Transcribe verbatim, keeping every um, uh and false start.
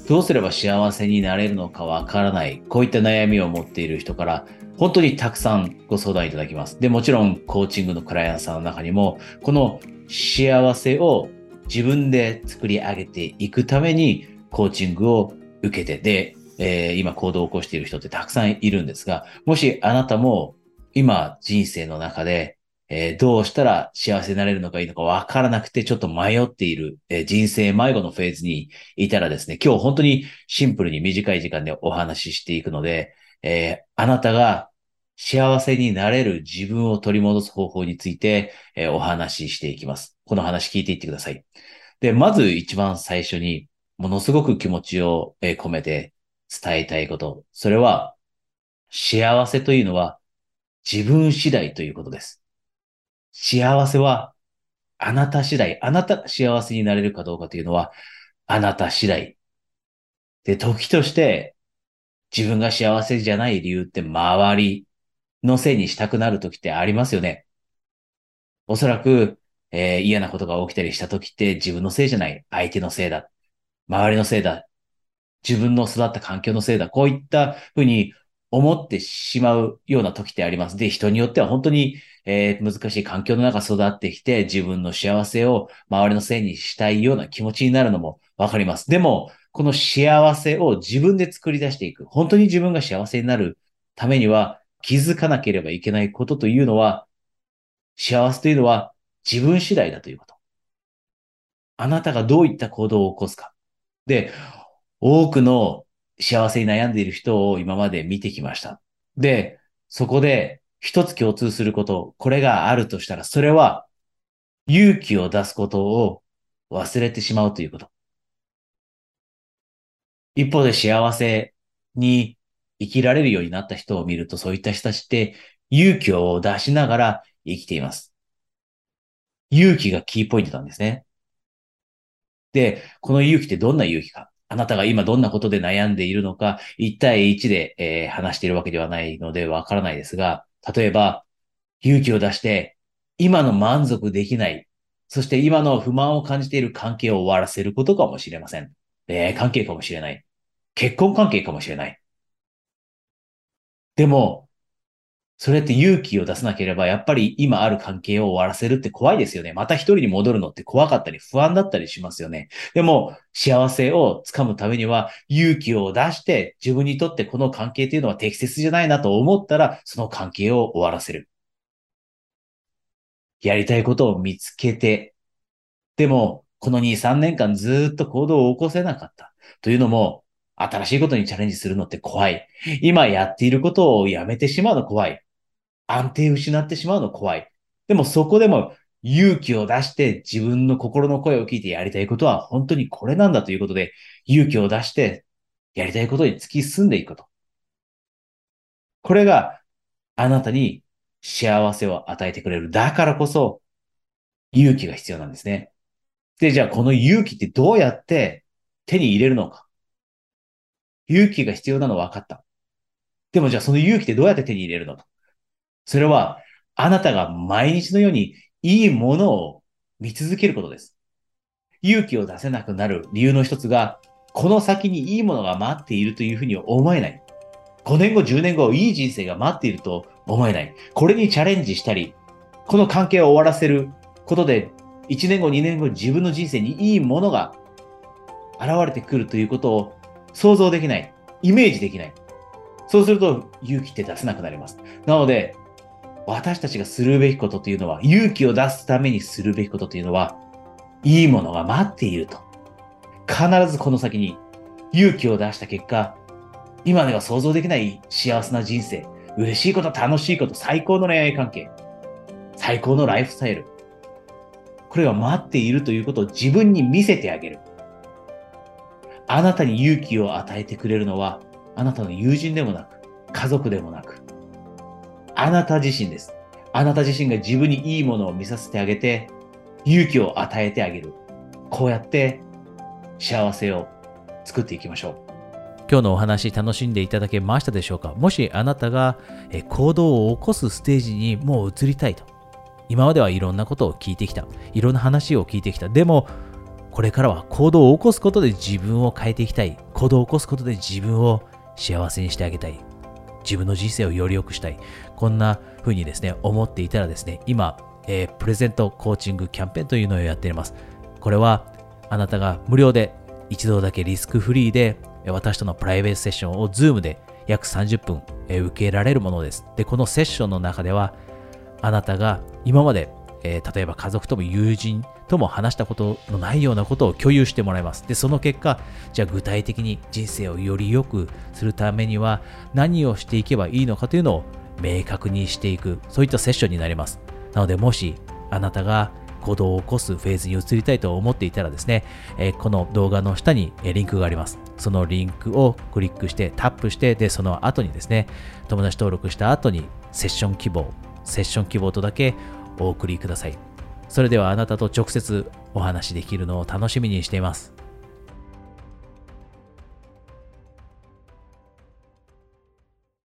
どうすれば幸せになれるのかわからない、こういった悩みを持っている人から、本当にたくさんご相談いただきます。で、もちろん、コーチングのクライアントさんの中にも、この幸せを自分で作り上げていくために、コーチングを受けて、で、えー今行動を起こしている人ってたくさんいるんですが、もしあなたも今人生の中で、えーどうしたら幸せになれるのかいいのかわからなくてちょっと迷っている、えー人生迷子のフェーズにいたらですね、今日本当にシンプルに短い時間でお話ししていくので、えーあなたが幸せになれる自分を取り戻す方法について、えーお話ししていきます。この話聞いていってください。で、まず一番最初にものすごく気持ちをえー込めて伝えたいこと。それは幸せというのは自分次第ということです。幸せはあなた次第。あなたが幸せになれるかどうかというのはあなた次第。で、時として自分が幸せじゃない理由って周りのせいにしたくなる時ってありますよね。おそらく、えー嫌なことが起きたりした時って自分のせいじゃない。相手のせいだ。周りのせいだ。自分の育った環境のせいだ。こういったふうに思ってしまうような時ってあります。で、人によっては本当に、えー難しい環境の中育ってきて自分の幸せを周りのせいにしたいような気持ちになるのもわかります。でも、この幸せを自分で作り出していく。本当に自分が幸せになるためには気づかなければいけないことというのは、幸せというのは自分次第だということ。あなたがどういった行動を起こすか。で、多くの幸せに悩んでいる人を今まで見てきました。で、そこで一つ共通すること、これがあるとしたら、それは勇気を出すことを忘れてしまうということ。一方で幸せに生きられるようになった人を見ると、そういった人たちって勇気を出しながら生きています。勇気がキーポイントなんですね。で、この勇気ってどんな勇気か。あなたが今どんなことで悩んでいるのか、一対一で、えー話しているわけではないのでわからないですが、例えば、勇気を出して、今の満足できない、そして今の不満を感じている関係を終わらせることかもしれません。恋愛関係かもしれない。結婚関係かもしれない。でも、それって勇気を出さなければ、やっぱり今ある関係を終わらせるって怖いですよね。また一人に戻るのって怖かったり不安だったりしますよね。でも、幸せをつかむためには、勇気を出して、自分にとってこの関係というのは適切じゃないなと思ったら、その関係を終わらせる。やりたいことを見つけて、でも、このに、さんねんかんずっと行動を起こせなかった。というのも、新しいことにチャレンジするのって怖い。今やっていることをやめてしまうの怖い。安定失ってしまうの怖い。でもそこでも勇気を出して自分の心の声を聞いてやりたいことは本当にこれなんだということで、勇気を出してやりたいことに突き進んでいくこと。これがあなたに幸せを与えてくれる。だからこそ勇気が必要なんですね。で、じゃあこの勇気ってどうやって手に入れるのか。勇気が必要なのは分かった。でもじゃあその勇気ってどうやって手に入れるのか。それは、あなたが毎日のようにいいものを見続けることです。勇気を出せなくなる理由の一つが、この先にいいものが待っているというふうに思えない。ごねんご、じゅうねんご、いい人生が待っていると思えない。これにチャレンジしたり、この関係を終わらせることで、いちねんご、にねんご、自分の人生にいいものが現れてくるということを想像できない。イメージできない。そうすると勇気って出せなくなります。なので、私たちがするべきことというのは、勇気を出すためにするべきことというのは、いいものが待っていると。必ずこの先に勇気を出した結果、今では想像できない幸せな人生、嬉しいこと、楽しいこと、最高の恋愛関係、最高のライフスタイル。これが待っているということを自分に見せてあげる。あなたに勇気を与えてくれるのは、あなたの友人でもなく、家族でもなく、あなた自身です。あなた自身が自分にいいものを見させてあげて、勇気を与えてあげる。こうやって幸せを作っていきましょう。今日のお話楽しんでいただけましたでしょうか。もしあなたが行動を起こすステージにもう移りたいと。今まではいろんなことを聞いてきた。いろんな話を聞いてきた。でも、これからは行動を起こすことで自分を変えていきたい。 行動を起こすことで自分を幸せにしてあげたい。自分の人生をより良くしたい。こんな風にですね、思っていたらですね、今、えー、プレゼントコーチングキャンペーンというのをやっています。これはあなたが無料で一度だけリスクフリーで私とのプライベートセッションを Zoom で約さんじゅっぷん受けられるものです。で、このセッションの中ではあなたが今まで、えー、例えば家族とも友人とも話したことのないようなことを共有してもらいます。で、その結果、じゃあ具体的に人生をより良くするためには何をしていけばいいのかというのを明確にしていく、そういったセッションになります。なので、もしあなたが行動を起こすフェーズに移りたいと思っていたらですね、えー、この動画の下にリンクがあります。そのリンクをクリックしてタップして、で、その後にですね、友達登録した後にセッション希望、セッション希望とだけお送りください。それではあなたと直接お話しできるのを楽しみにしています。